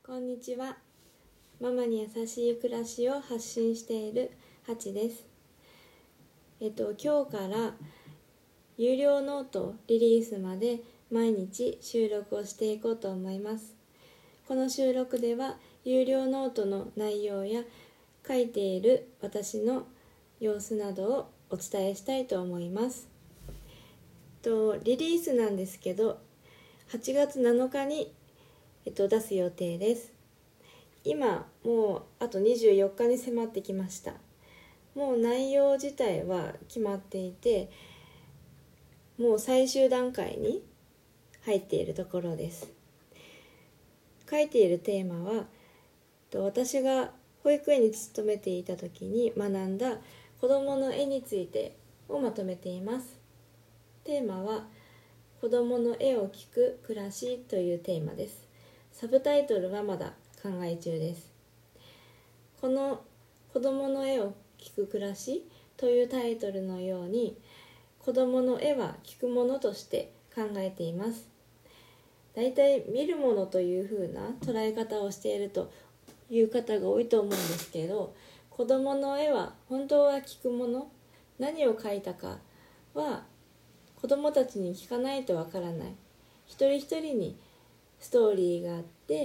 こんにちは。ママに優しい暮らしを発信しているハチです。今日から有料ノートリリースまで毎日収録をしていこうと思います。この収録では有料ノートの内容や書いている私の様子などをお伝えしたいと思います。リリースなんですけど、8月7日に出す予定です。今もうあと24日に迫ってきました。もう内容自体は決まっていて、もう最終段階に入っているところです。書いているテーマは私が保育園に勤めていた時に学んだ子どもの絵についてをまとめています。テーマは子どもの絵を聞く暮らしというテーマです。サブタイトルはまだ考え中です。この子どもの絵を聞く暮らしというタイトルのように、子どもの絵は聞くものとして考えています。だいたい見るものというふうな捉え方をしているという方が多いと思うんですけど、子どもの絵は本当は聞くもの、何を描いたかは子どもたちに聞かないとわからない。一人一人にストーリーがあって、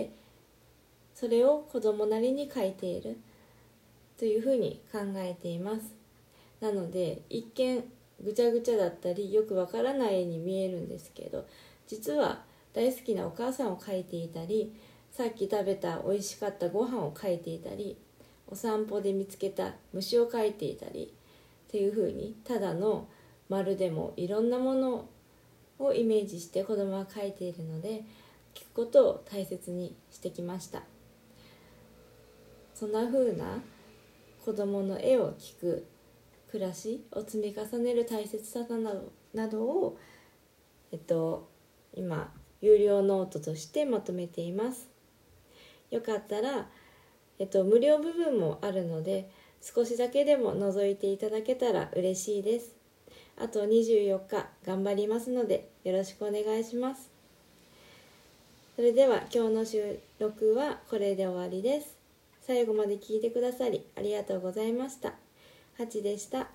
それを子どもなりに描いているというふうに考えています。なので一見ぐちゃぐちゃだったりよくわからない絵に見えるんですけど、実は大好きなお母さんを描いていたり、さっき食べた美味しかったご飯を描いていたり、お散歩で見つけた虫を描いていたりっていうふうに、ただの丸でもいろんなものをイメージして子供は描いているので、聞くことを大切にしてきました。そんな風な子どもの絵を聞く暮らしを積み重ねる大切さなどを、今有料ノートとしてまとめています。よかったら、無料部分もあるので、少しだけでも覗いていただけたら嬉しいです。あと24日頑張りますのでよろしくお願いします。それでは今日の収録はこれで終わりです。最後まで聞いてくださりありがとうございました。ハチでした。